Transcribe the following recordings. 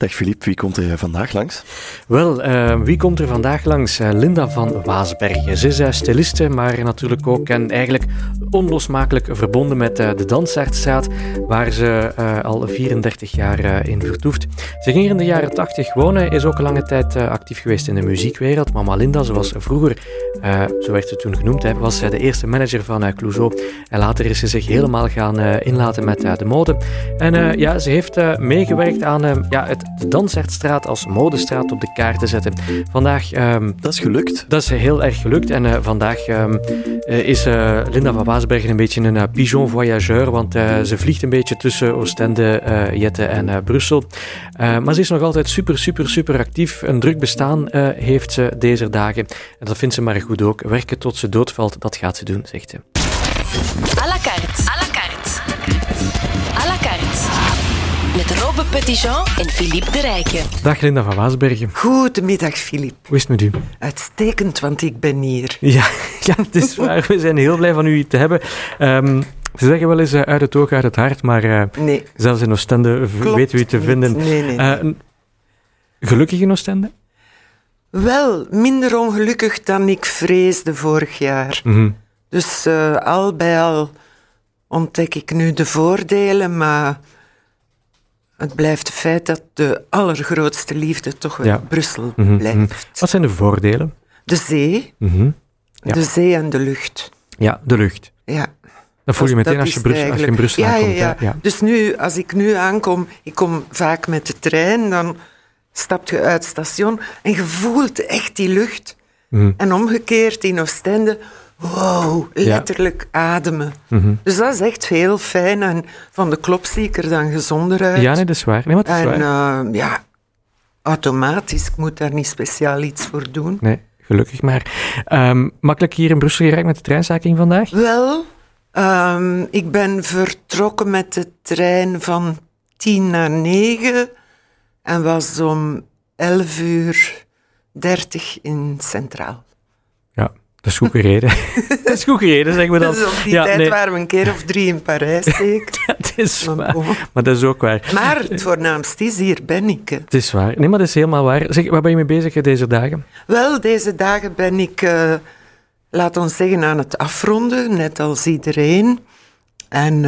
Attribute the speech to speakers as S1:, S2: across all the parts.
S1: Dag Filip, wie komt er vandaag langs?
S2: Wel, wie komt er vandaag langs? Linda van Waasbergen. Ze is styliste, maar natuurlijk ook en eigenlijk onlosmakelijk verbonden met de Dansaartstraat, waar ze al 34 jaar in vertoeft. Ze ging hier in de jaren 80 wonen, is ook een lange tijd actief geweest in de muziekwereld. Mama Linda, zoals vroeger, zo werd ze toen genoemd, was de eerste manager van Clouseau. En later is ze zich helemaal gaan inlaten met de mode. En ze heeft meegewerkt aan de Dansaartstraat als modestraat op de kaart te zetten. Vandaag...
S1: dat is gelukt.
S2: Dat is heel erg gelukt. En vandaag is Linda van Waasbergen een beetje een pigeon voyageur, want ze vliegt een beetje tussen Oostende, Jette en Brussel. Maar ze is nog altijd super actief. Een druk bestaan heeft ze deze dagen. En dat vindt ze maar goed ook. Werken tot ze doodvalt, dat gaat ze doen, zegt ze.
S3: À la carte. À la carte. À la carte. Met Robbe Petitjean en Philippe de Rijke.
S2: Dag Linda van Waasbergen.
S4: Goedemiddag, Philippe.
S2: Hoe is het met u?
S4: Uitstekend, want ik ben hier.
S2: Ja, het is waar. We zijn heel blij van u te hebben. Ze zeggen wel eens uit het oog, uit het hart, maar
S4: nee.
S2: Zelfs in Oostende weten we u te vinden.
S4: Nee.
S2: Gelukkig in Oostende?
S4: Wel, minder ongelukkig dan ik vreesde vorig jaar.
S2: Mm-hmm.
S4: Dus al bij al ontdek ik nu de voordelen, maar het blijft het feit dat de allergrootste liefde toch wel Brussel blijft.
S2: Wat zijn de voordelen?
S4: De zee.
S2: Mm-hmm. Ja.
S4: De zee en de lucht.
S2: Ja, de lucht.
S4: Ja.
S2: Dat voel je meteen als je in Brussel aankomt.
S4: Ja. Dus nu, als ik nu aankom, ik kom vaak met de trein, dan stap je uit het station en je voelt echt die lucht. Mm. En omgekeerd in Oostende, wow, letterlijk ademen. Mm-hmm. Dus dat is echt heel fijn en van de klop zie ik er dan gezonder uit.
S2: Ja, nee, dat is waar. Nee, maar dat is
S4: waar. Automatisch, ik moet daar niet speciaal iets voor doen.
S2: Nee, gelukkig maar. Makkelijk hier in Brussel geraakt met de treinstaking vandaag?
S4: Wel, ik ben vertrokken met de trein van 8:50 en was om 11:30 in Centraal.
S2: Ja, dat is goed gereden. Dat is goed gereden, zeggen we dan.
S4: Dus op die tijd waren we een keer of 3 in Parijs, zeker.
S2: Dat is waar, maar dat is ook waar.
S4: Maar het voornaamste is, hier ben ik.
S2: Het is waar. Nee, maar dat is helemaal waar. Zeg, waar ben je mee bezig deze dagen?
S4: Wel, deze dagen ben ik, laat ons zeggen, aan het afronden, net als iedereen. En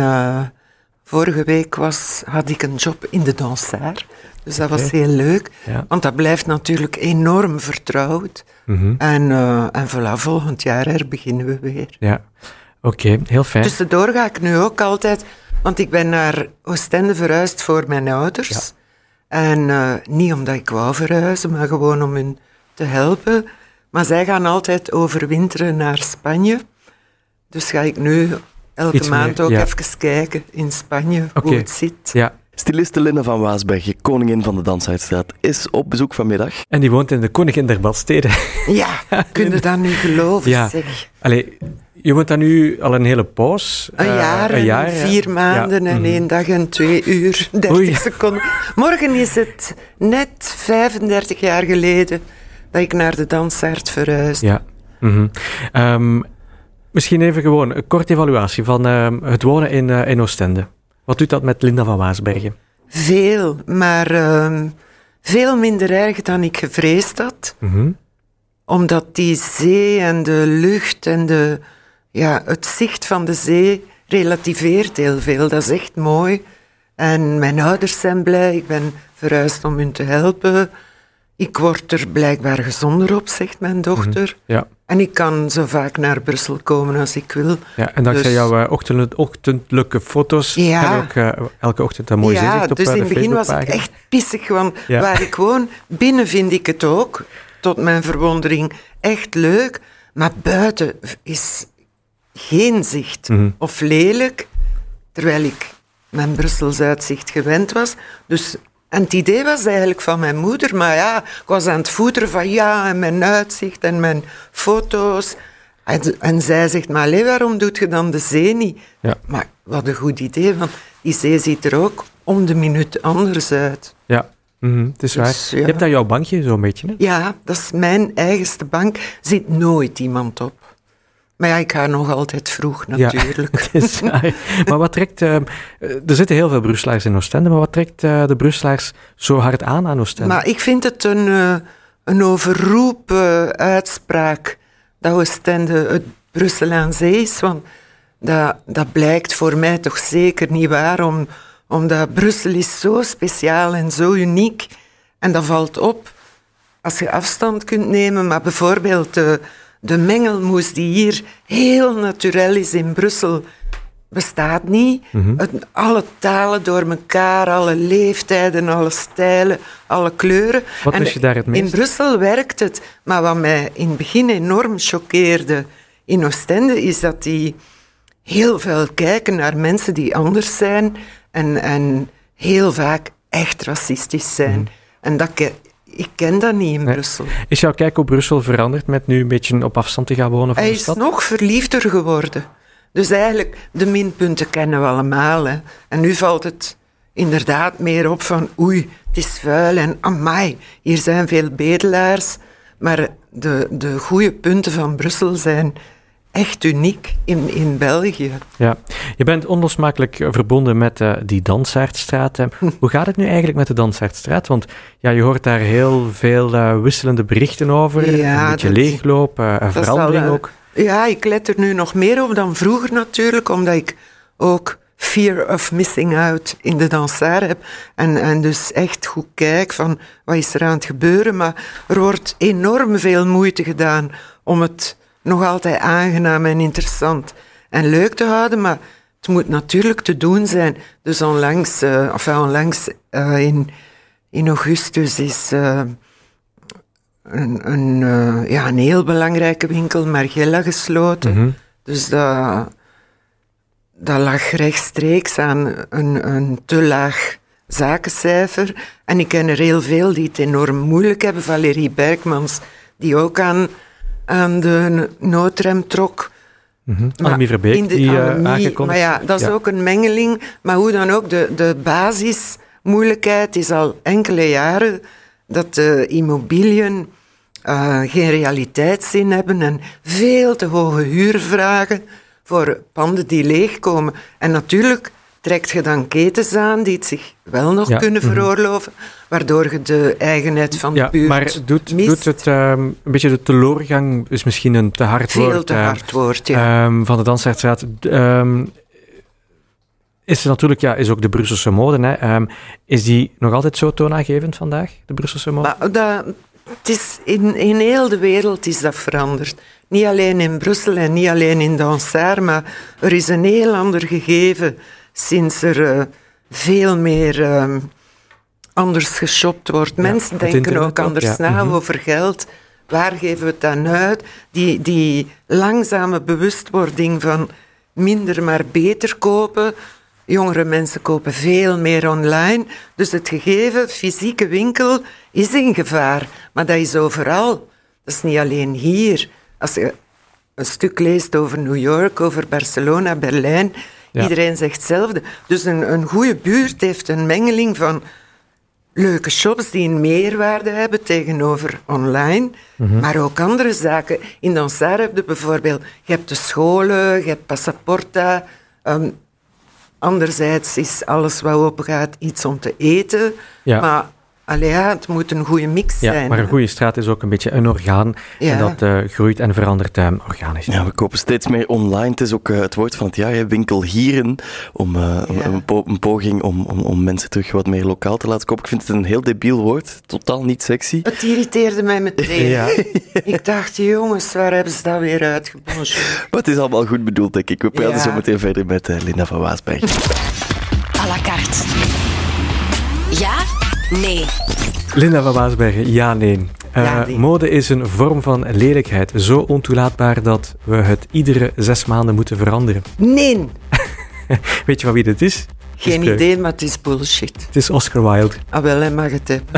S4: vorige week had ik een job in de Dansaert. Dus dat was heel leuk, want dat blijft natuurlijk enorm vertrouwd. Mm-hmm. En voilà, volgend jaar beginnen we weer.
S2: Ja, oké, heel fijn.
S4: Tussendoor ga ik nu ook altijd, want ik ben naar Oostende verhuisd voor mijn ouders. Ja. En niet omdat ik wou verhuizen, maar gewoon om hun te helpen. Maar zij gaan altijd overwinteren naar Spanje. Dus ga ik nu elke maand ook even kijken in Spanje hoe het zit.
S2: Ja.
S1: Styliste Linda van Waasbergen, koningin van de Dansaartstraat, is op bezoek vanmiddag.
S2: En die woont in de Koningin der Badsteden.
S4: Ja, kun je dat nu geloven, zeg.
S2: Allee, je woont daar nu al een hele poos.
S4: Een jaar, 4 maanden en 1 dag en 2 uur, 30 seconden. Morgen is het net 35 jaar geleden dat ik naar de Dansaert verhuisde.
S2: Ja. Mm-hmm. Misschien even gewoon een korte evaluatie van het wonen in Oostende. Wat doet dat met Linda van Waasbergen?
S4: Veel, maar veel minder erg dan ik gevreesd had. Mm-hmm. Omdat die zee en de lucht en het zicht van de zee relativeert heel veel. Dat is echt mooi. En mijn ouders zijn blij. Ik ben verhuisd om hun te helpen. Ik word er blijkbaar gezonder op, zegt mijn dochter. Mm-hmm. Ja. En ik kan zo vaak naar Brussel komen als ik wil.
S2: Ja, en dankzij jouw ochtendelijke foto's heb je ook elke ochtend een mooi zeezicht op de Facebookpagina.
S4: Ja, dus in het begin was ik echt pissig, want waar ik woon, binnen vind ik het ook, tot mijn verwondering, echt leuk. Maar buiten is geen zicht of lelijk, terwijl ik mijn Brussels uitzicht gewend was. Dus... En het idee was eigenlijk van mijn moeder, maar ik was aan het voederen van en mijn uitzicht en mijn foto's. En zij zegt, maar allee, waarom doet je dan de zee niet? Ja. Maar wat een goed idee, want die zee ziet er ook om de minuut anders uit.
S2: Ja, het is waar. Je hebt daar jouw bankje zo'n beetje, hè?
S4: Ja, dat is mijn eigenste bank. Er zit nooit iemand op. Maar ja, ik ga nog altijd vroeg, natuurlijk.
S2: Ja, het is waar. Maar wat trekt... er zitten heel veel Brusselaars in Oostende, maar wat trekt de Brusselaars zo hard aan Oostende?
S4: Maar ik vind het een overroepen uitspraak dat Oostende het Brussel aan zee is, want dat blijkt voor mij toch zeker niet waar, omdat Brussel is zo speciaal en zo uniek. En dat valt op als je afstand kunt nemen, maar bijvoorbeeld de mengelmoes die hier heel naturel is in Brussel, bestaat niet. Alle talen door elkaar, alle leeftijden, alle stijlen, alle kleuren.
S2: Wat mis je daar het meest?
S4: In Brussel werkt het, maar wat mij in het begin enorm choqueerde in Oostende is dat die heel veel kijken naar mensen die anders zijn en heel vaak echt racistisch zijn. En ik ken dat niet in Brussel.
S2: Is jouw kijk op Brussel veranderd met nu een beetje op afstand te gaan wonen van
S4: Hij
S2: de stad?
S4: is nog verliefder geworden. Dus eigenlijk, de minpunten kennen we allemaal. Hè. En nu valt het inderdaad meer op van oei, het is vuil en amai, hier zijn veel bedelaars. Maar de goede punten van Brussel zijn echt uniek in België.
S2: Ja, je bent onlosmakelijk verbonden met die Dansaertstraat. Hoe gaat het nu eigenlijk met de Dansaertstraat? Want ja, je hoort daar heel veel wisselende berichten over.
S4: Ja,
S2: een beetje leegloop, verandering ook.
S4: Ja, ik let er nu nog meer op dan vroeger natuurlijk, omdat ik ook fear of missing out in de Dansaert heb. En dus echt goed kijk van wat is er aan het gebeuren. Maar er wordt enorm veel moeite gedaan om het nog altijd aangenaam en interessant en leuk te houden, maar het moet natuurlijk te doen zijn. Dus onlangs in augustus is een heel belangrijke winkel, Margiela, gesloten. Dus dat lag rechtstreeks aan een te laag zakencijfer. En ik ken er heel veel die het enorm moeilijk hebben. Valérie Bergmans, die ook aan de noodrem trok.
S2: Annemie Verbeek, die aangekondigd.
S4: Maar ja, dat is ook een mengeling. Maar hoe dan ook, de basismoeilijkheid is al enkele jaren dat de immobiliën geen realiteitszin hebben en veel te hoge huur vragen voor panden die leegkomen. En natuurlijk trekt je dan ketens aan die het zich wel nog kunnen veroorloven, waardoor je de eigenheid van de buurt
S2: maar doet het een beetje de teloorgang, is misschien een te hard woord.
S4: Veel te hard woord, ja.
S2: Van de Dansaertstraat. Is er natuurlijk, is ook de Brusselse mode. Hè. Is die nog altijd zo toonaangevend vandaag, de Brusselse mode?
S4: Maar het is in heel de wereld is dat veranderd. Niet alleen in Brussel en niet alleen in Dansaert, maar er is een heel ander gegeven sinds er veel meer anders geshopt wordt. Mensen denken ook anders na over geld. Waar geven we het dan uit? Die langzame bewustwording van minder maar beter kopen. Jongere mensen kopen veel meer online. Dus het gegeven fysieke winkel is in gevaar. Maar dat is overal. Dat is niet alleen hier. Als je een stuk leest over New York, over Barcelona, Berlijn, iedereen zegt hetzelfde. Dus een goede buurt heeft een mengeling van leuke shops die een meerwaarde hebben tegenover online, maar ook andere zaken. In Dansaert heb je bijvoorbeeld, je hebt de scholen, je hebt Passaporta. Anderzijds is alles wat open gaat iets om te eten. Ja. Maar het moet een goede mix zijn.
S2: Ja, maar een goede straat is ook een beetje een orgaan. Ja. En dat groeit en verandert organisch.
S1: Ja, we kopen steeds meer online. Het is ook het woord van het jaar, winkelhieren. Een poging om mensen terug wat meer lokaal te laten kopen. Ik vind het een heel debiel woord. Totaal niet sexy.
S4: Het irriteerde mij meteen. Ja. Ik dacht, jongens, waar hebben ze dat weer uitgebonjourd?
S1: Maar het is allemaal goed bedoeld, denk ik. We praten zo meteen verder met Linda van Waasbergen.
S3: À la carte. Ja? Nee.
S2: Linda van Waasbergen, ja, nee. Mode is een vorm van lelijkheid. Zo ontoelaatbaar dat we het iedere 6 maanden moeten veranderen.
S4: Nee.
S2: Weet je van wie dit is?
S4: Geen idee, maar het is bullshit.
S2: Het is Oscar Wilde.
S4: Ah, wel, hij mag het hebben.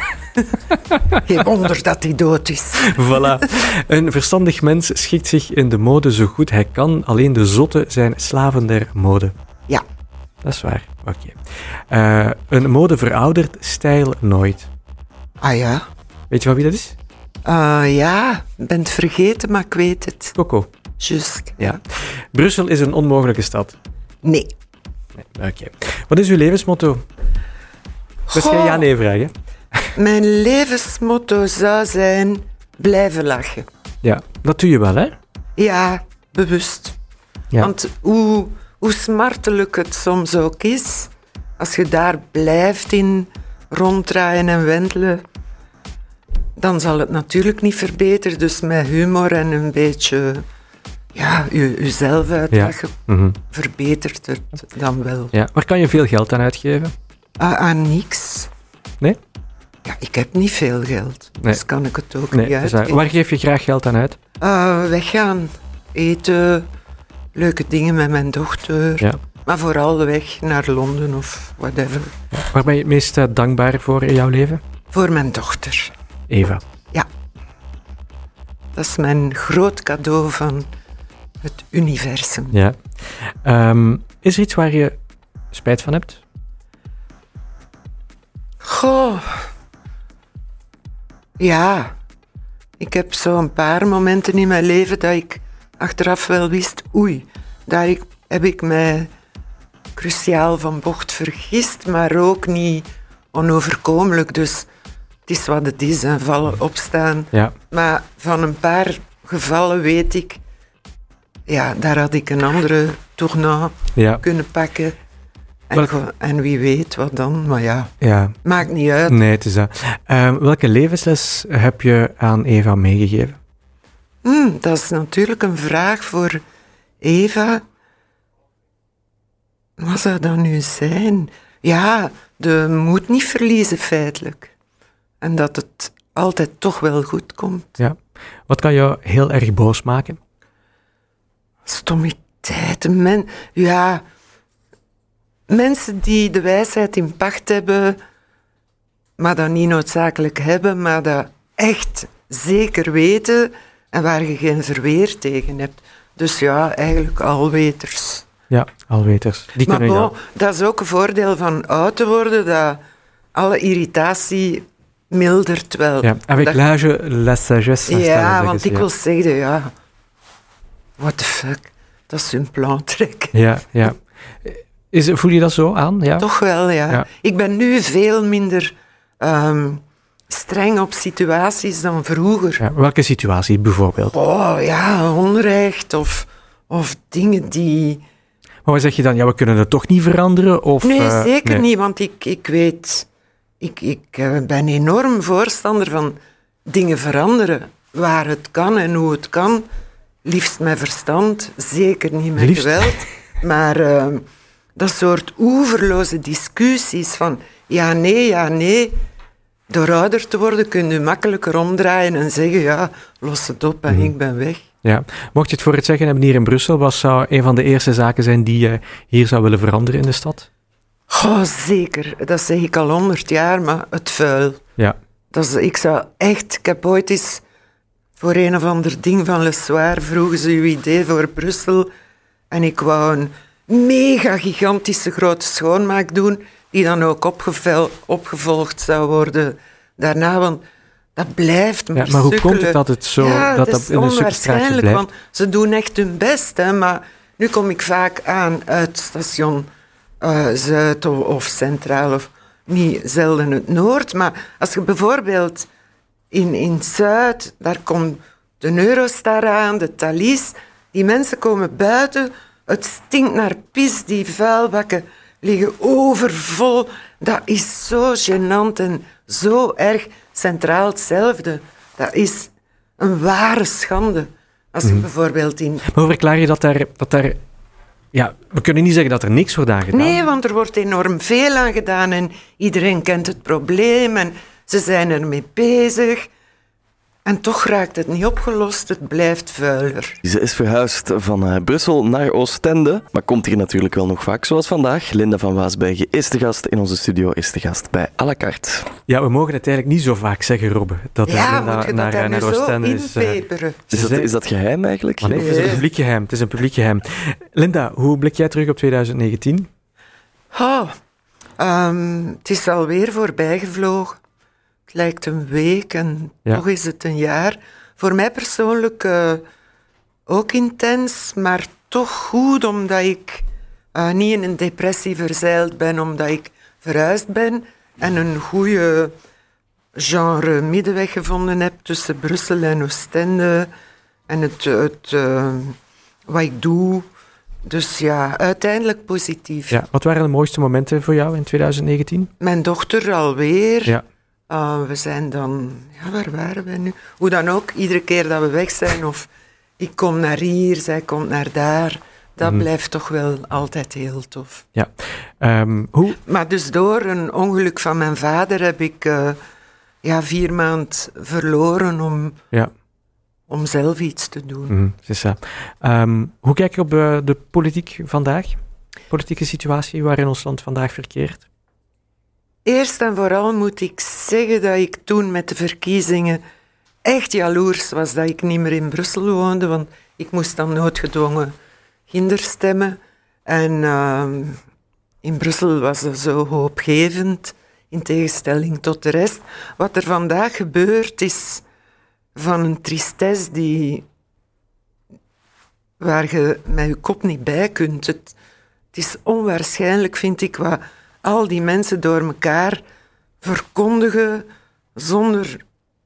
S4: Geen wonder dat hij dood is.
S2: Voilà. Een verstandig mens schikt zich in de mode zo goed hij kan. Alleen de zotten zijn slaven der mode.
S4: Ja.
S2: Dat is waar. Oké. Een mode veroudert, stijl nooit.
S4: Ah ja?
S2: Weet je van wie dat is?
S4: Ja, ik ben het vergeten, maar ik weet het.
S2: Coco.
S4: Juist.
S2: Ja. Brussel is een onmogelijke stad.
S4: Nee.
S2: Oké. Wat is uw levensmotto? Dat is geen ja-nee-vraag, hè?
S4: Mijn levensmotto zou zijn blijven lachen.
S2: Ja, dat doe je wel, hè?
S4: Ja, bewust.
S2: Ja.
S4: Want hoe smartelijk het soms ook is, als je daar blijft in ronddraaien en wendelen, dan zal het natuurlijk niet verbeteren. Dus met humor en een beetje jezelf uitlachen, verbetert het dan wel.
S2: Ja. Waar kan je veel geld aan uitgeven?
S4: Aan niks.
S2: Nee?
S4: Ja, ik heb niet veel geld, dus kan ik het ook niet uitgeven.
S2: Waar geef je graag geld aan uit?
S4: Weggaan, eten, leuke dingen met mijn dochter. Ja. Maar vooral weg naar Londen of whatever.
S2: Ja. Waar ben je het meest dankbaar voor in jouw leven?
S4: Voor mijn dochter.
S2: Eva.
S4: Ja. Dat is mijn groot cadeau van het universum.
S2: Ja. Is er iets waar je spijt van hebt?
S4: Goh. Ja. Ik heb zo'n paar momenten in mijn leven dat ik achteraf wel wist, daar heb ik mij cruciaal van bocht vergist, maar ook niet onoverkomelijk. Dus het is wat het is, en vallen, opstaan. Ja. Maar van een paar gevallen weet ik, daar had ik een andere tournant kunnen pakken. En wie weet wat dan, maar maakt niet uit.
S2: Nee, het is dat. Welke levensles heb je aan Eva meegegeven?
S4: Dat is natuurlijk een vraag voor Eva. Wat zou dat nu zijn? Ja, de moed niet verliezen feitelijk. En dat het altijd toch wel goed komt.
S2: Ja. Wat kan jou heel erg boos maken?
S4: Stommiteiten. Mensen die de wijsheid in pacht hebben, maar dat niet noodzakelijk hebben, maar dat echt zeker weten en waar je geen verweer tegen hebt. Dus eigenlijk alweters.
S2: Ja, alweters. Die
S4: maar dat is ook een voordeel van oud te worden, dat alle irritatie mildert wel.
S2: Ja, avec l'âge, la sagesse.
S4: Ja, want ik wil zeggen, what the fuck, dat is hun plan trekken.
S2: Ja. Voel je dat zo aan? Ja?
S4: Toch wel, ja. Ik ben nu veel minder streng op situaties dan vroeger.
S2: Ja, welke situatie bijvoorbeeld?
S4: Onrecht of dingen die...
S2: Maar wat zeg je dan? We kunnen het toch niet veranderen? Of,
S4: nee, zeker niet, want ik weet... Ik ben enorm voorstander van dingen veranderen. Waar het kan en hoe het kan. Liefst met verstand, zeker niet met geweld. Maar dat soort oeverloze discussies van ja, nee... Door ouder te worden kun je makkelijker omdraaien en zeggen, los het op en ik ben weg.
S2: Ja. Mocht je het voor het zeggen hebben hier in Brussel, wat zou een van de eerste zaken zijn die je hier zou willen veranderen in de stad?
S4: Zeker. Dat zeg ik al 100 jaar, maar het vuil.
S2: Ja.
S4: Ik heb ooit eens voor een of ander ding van Le Soir vroegen ze uw idee voor Brussel en ik wou een mega gigantische grote schoonmaak doen, die dan ook opgevolgd zou worden daarna, want dat blijft me
S2: maar hoe komt het dat het zo dat in een sukkelstraatje blijft?
S4: Want ze doen echt hun best, hè, maar nu kom ik vaak aan uit station Zuid of Centraal, of niet zelden het Noord, maar als je bijvoorbeeld in Zuid, daar komt de Eurostar aan, de Thalys, die mensen komen buiten, het stinkt naar pis, die vuilbakken liggen overvol. Dat is zo gênant en zo erg. Centraal hetzelfde. Dat is een ware schande. Als je bijvoorbeeld in...
S2: Maar hoe verklaar je dat daar... Ja, we kunnen niet zeggen dat er niks wordt aan gedaan.
S4: Nee, want er wordt enorm veel aan gedaan en iedereen kent het probleem en ze zijn ermee bezig. En toch raakt het niet opgelost, het blijft vuiler.
S1: Ze is verhuisd van Brussel naar Oostende, maar komt hier natuurlijk wel nog vaak, zoals vandaag. Linda van Waasbergen is de gast in onze studio, is de gast bij à la carte. Ja,
S2: we mogen het eigenlijk niet zo vaak zeggen, Robbe, dat Linda naar Oostende is.
S1: Is dat geheim eigenlijk?
S2: Nee, het is een publiek geheim. Linda, hoe blik jij terug op 2019?
S4: Het is alweer voorbij gevlogen. Het lijkt een week en toch is het een jaar. Voor mij persoonlijk ook intens, maar toch goed, omdat ik niet in een depressie verzeild ben, omdat ik verhuisd ben en een goede genre middenweg gevonden heb tussen Brussel en Oostende en wat ik doe. Dus ja, uiteindelijk positief.
S2: Ja, wat waren de mooiste momenten voor jou in 2019?
S4: Mijn dochter alweer.
S2: Ja.
S4: We zijn dan... Ja, waar waren we nu? Hoe dan ook, iedere keer dat we weg zijn, of ik kom naar hier, zij komt naar daar, dat blijft toch wel altijd heel tof.
S2: Ja. Hoe?
S4: Maar dus door een ongeluk van mijn vader heb ik 4 maanden verloren om zelf iets te doen.
S2: Hoe kijk je op de politiek vandaag? Politieke situatie waarin ons land vandaag verkeert?
S4: Eerst en vooral moet ik zeggen dat ik toen met de verkiezingen echt jaloers was dat ik niet meer in Brussel woonde, want ik moest dan noodgedwongen ginder stemmen. En in Brussel was het zo hoopgevend, in tegenstelling tot de rest. Wat er vandaag gebeurt is van een tristesse waar je met je kop niet bij kunt. Het is onwaarschijnlijk, vind ik, wat al die mensen door elkaar verkondigen zonder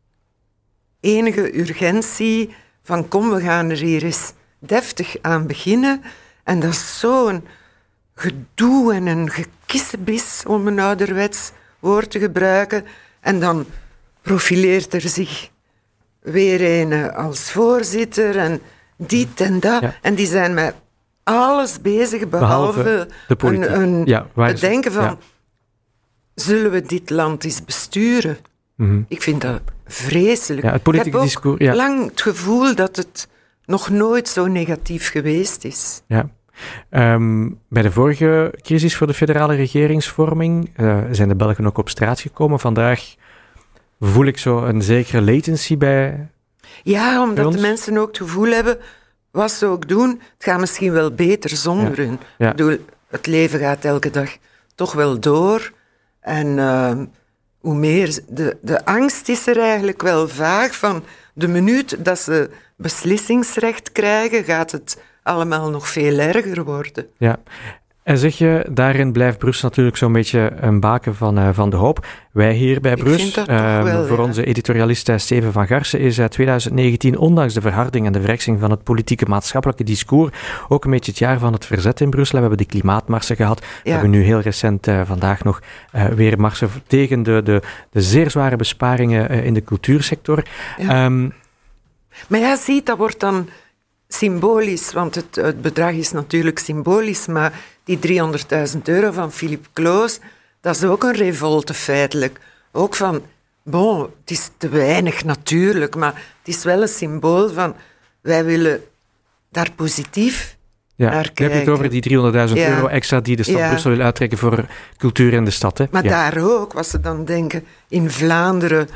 S4: enige urgentie van kom, we gaan er hier eens deftig aan beginnen. En dat is zo'n gedoe en een gekissebis, om een ouderwets woord te gebruiken. En dan profileert er zich weer een als voorzitter en dit en dat. Ja. En die zijn met alles bezig, behalve
S2: de politiek.
S4: Bedenken van, zullen we dit land eens besturen? Mm-hmm. Ik vind dat vreselijk.
S2: Ja, het politieke discours.
S4: Ik heb ook lang het gevoel dat het nog nooit zo negatief geweest is.
S2: Ja. Bij de vorige crisis voor de federale regeringsvorming zijn de Belgen ook op straat gekomen. Vandaag voel ik zo een zekere latency bij.
S4: Ja, omdat de mensen ook het gevoel hebben, wat ze ook doen, het gaat misschien wel beter zonder hun. Ja. Ik bedoel, het leven gaat elke dag toch wel door. En hoe meer... De angst is er eigenlijk wel vaag van de minuut dat ze beslissingsrecht krijgen, gaat het allemaal nog veel erger worden.
S2: Ja. En zeg je, daarin blijft Brussel natuurlijk zo'n beetje een baken van de hoop. Wij hier bij Brussel, voor onze editorialist Steven van Garsen, is 2019, ondanks de verharding en de verreksing van het politieke maatschappelijke discours, ook een beetje het jaar van het verzet in Brussel. We hebben de klimaatmarsen gehad. We hebben nu heel recent vandaag nog weer marsen tegen de zeer zware besparingen in de cultuursector.
S4: Ja. Maar ja, zie, dat wordt dan symbolisch, want het bedrag is natuurlijk symbolisch, maar die €300.000 van Philippe Cloos, dat is ook een revolte feitelijk. Ook van, het is te weinig natuurlijk, maar het is wel een symbool van, wij willen daar positief naar kijken.
S2: Je hebt het over die €300.000 extra die de stad Brussel wil uittrekken voor cultuur in de stad. Hè?
S4: Maar daar ook, wat ze dan denken, in Vlaanderen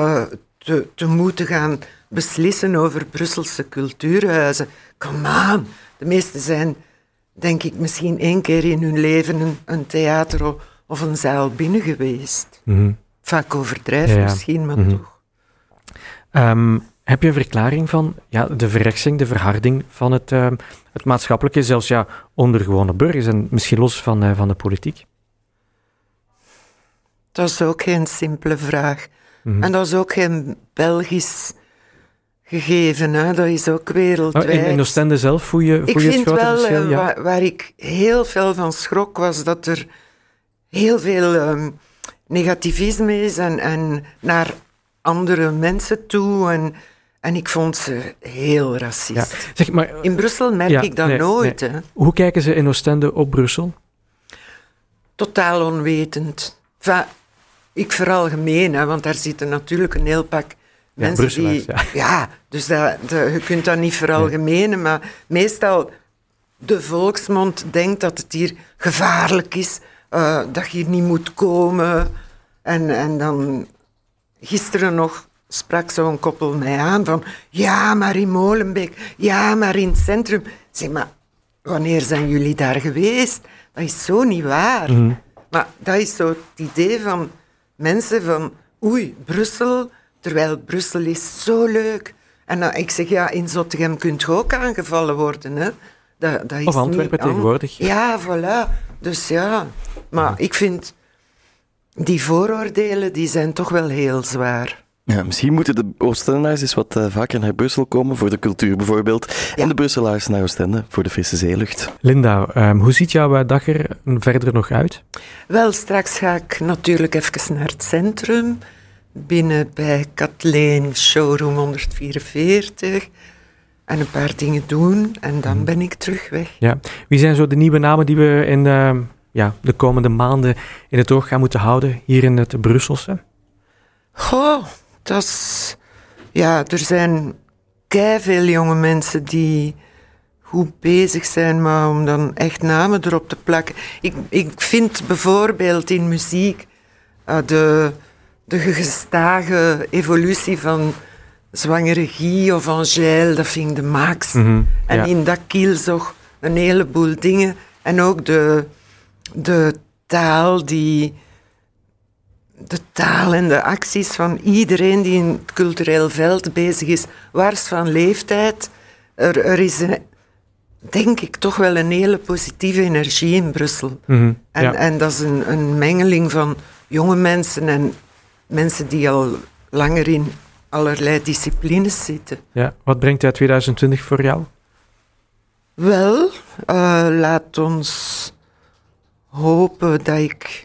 S4: te moeten gaan beslissen over Brusselse cultuurhuizen. Come on, de meeste zijn, denk ik, misschien 1 keer in hun leven een theater of een zaal binnen geweest. Mm-hmm. Vaak overdrijven misschien, maar toch.
S2: Heb je een verklaring van de verreksing, de verharding van het maatschappelijke, zelfs onder gewone burgers en misschien los van de politiek?
S4: Dat is ook geen simpele vraag. Mm-hmm. En dat is ook geen Belgisch gegeven, hè? Dat is ook wereldwijd.
S2: In Oostende zelf voel je het grote verschil?
S4: Ik vind wel, waar ik heel veel van schrok, was dat er heel veel negativisme is en naar andere mensen toe. En ik vond ze heel racist. Ja.
S2: Zeg, maar,
S4: in Brussel merk ik dat nooit. Nee. Hè?
S2: Hoe kijken ze in Oostende op Brussel?
S4: Totaal onwetend. Enfin, ik veralgemeen, hè, want daar zitten natuurlijk een heel pak mensen die... Ja, dus je kunt dat niet veralgemenen, maar meestal de volksmond denkt dat het hier gevaarlijk is, dat je hier niet moet komen. En dan gisteren nog sprak zo'n koppel mij aan van, ja, maar in Molenbeek, ja, maar in het centrum. Zeg, maar wanneer zijn jullie daar geweest? Dat is zo niet waar. Mm-hmm. Maar dat is zo het idee van mensen van, oei, Brussel, terwijl Brussel is zo leuk En ik zeg, ja, in Zottegem kunt je ook aangevallen worden, hè. Dat is
S2: of Antwerpen tegenwoordig.
S4: Ja, voilà. Dus ja, maar ik vind... Die vooroordelen, die zijn toch wel heel zwaar.
S1: Ja, misschien moeten de Oostendenaars eens wat vaker naar Brussel komen, voor de cultuur bijvoorbeeld. Ja. En de Brusselaars naar Oostende, voor de frisse zeelucht.
S2: Linda, hoe ziet jouw dag er verder nog uit?
S4: Wel, straks ga ik natuurlijk even naar het centrum. Binnen bij Kathleen, showroom 144. En een paar dingen doen. En dan ben ik terug weg.
S2: Ja. Wie zijn zo de nieuwe namen die we in de komende maanden in het oog gaan moeten houden hier in het Brusselse?
S4: Goh, dat is... Ja, er zijn keiveel jonge mensen die goed bezig zijn, maar om dan echt namen erop te plakken. Ik vind bijvoorbeeld in muziek de gestage evolutie van Zwangere Guy of Angèle, dat vind ik de max.
S2: Mm-hmm, ja.
S4: En in dat kielzog een heleboel dingen. En ook de taal en de acties van iedereen die in het cultureel veld bezig is, waars van leeftijd. Er is, denk ik, toch wel een hele positieve energie in Brussel.
S2: Mm-hmm,
S4: en dat is een mengeling van jonge mensen en mensen die al langer in allerlei disciplines zitten.
S2: Ja, wat brengt 2020 voor jou?
S4: Wel, laat ons hopen dat ik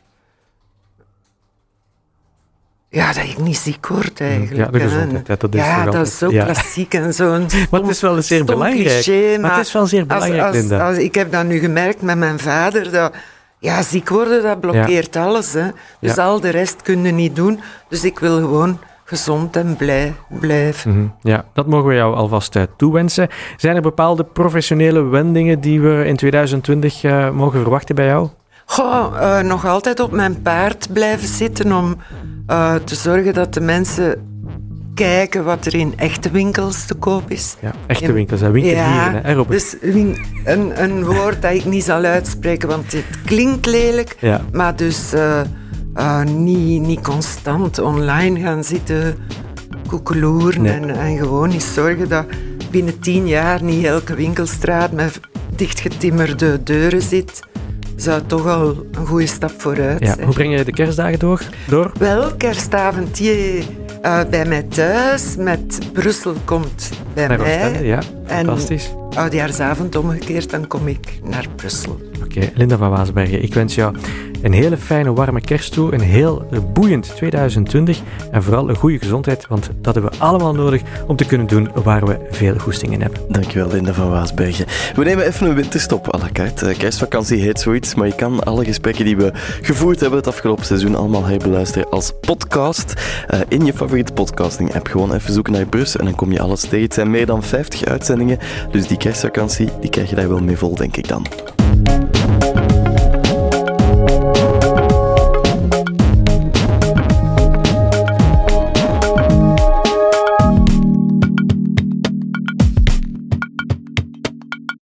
S4: niet ziek word eigenlijk.
S2: Ja, de gezondheid, dat is toch
S4: dat is zo klassiek en zo'n
S2: maar het is wel zeer belangrijk.
S4: Cliché,
S2: maar het is wel zeer belangrijk, Linda.
S4: Ik heb dat nu gemerkt met mijn vader, dat ziek worden, dat blokkeert alles. Hè. Dus al de rest kun je niet doen. Dus ik wil gewoon gezond en blij blijven.
S2: Mm-hmm. Ja, dat mogen we jou alvast toewensen. Zijn er bepaalde professionele wendingen die we in 2020 mogen verwachten bij jou?
S4: Nog altijd op mijn paard blijven zitten om te zorgen dat de mensen kijken wat er in echte winkels te koop is.
S2: Ja, echte winkels, winkeldieren, hè, Robert?
S4: Dus een woord dat ik niet zal uitspreken, want het klinkt lelijk, maar dus niet constant online gaan zitten koekeloeren en gewoon eens zorgen dat binnen 10 jaar niet elke winkelstraat met dichtgetimmerde deuren zit. Zou toch al een goede stap vooruit zijn.
S2: Hoe breng je de kerstdagen door?
S4: Wel, kerstavond bij mij thuis, met Brussel komt bij
S2: naar
S4: mij.
S2: Oostende, ja, fantastisch.
S4: En oudejaarsavond omgekeerd, dan kom ik naar Brussel.
S2: Oké, Linda van Waasbergen, ik wens jou een hele fijne, warme kerst toe, een heel boeiend 2020 en vooral een goede gezondheid, want dat hebben we allemaal nodig om te kunnen doen waar we veel goesting in hebben.
S1: Dankjewel, Linda van Waasbergen. We nemen even een winterstop à la carte. Kerstvakantie heet zoiets, maar je kan alle gesprekken die we gevoerd hebben het afgelopen seizoen allemaal herbeluisteren als podcast in je favoriete podcasting-app. Gewoon even zoeken naar Brus en dan kom je alles tegen. Het zijn meer dan 50 uitzendingen, dus die kerstvakantie die krijg je daar wel mee vol, denk ik dan.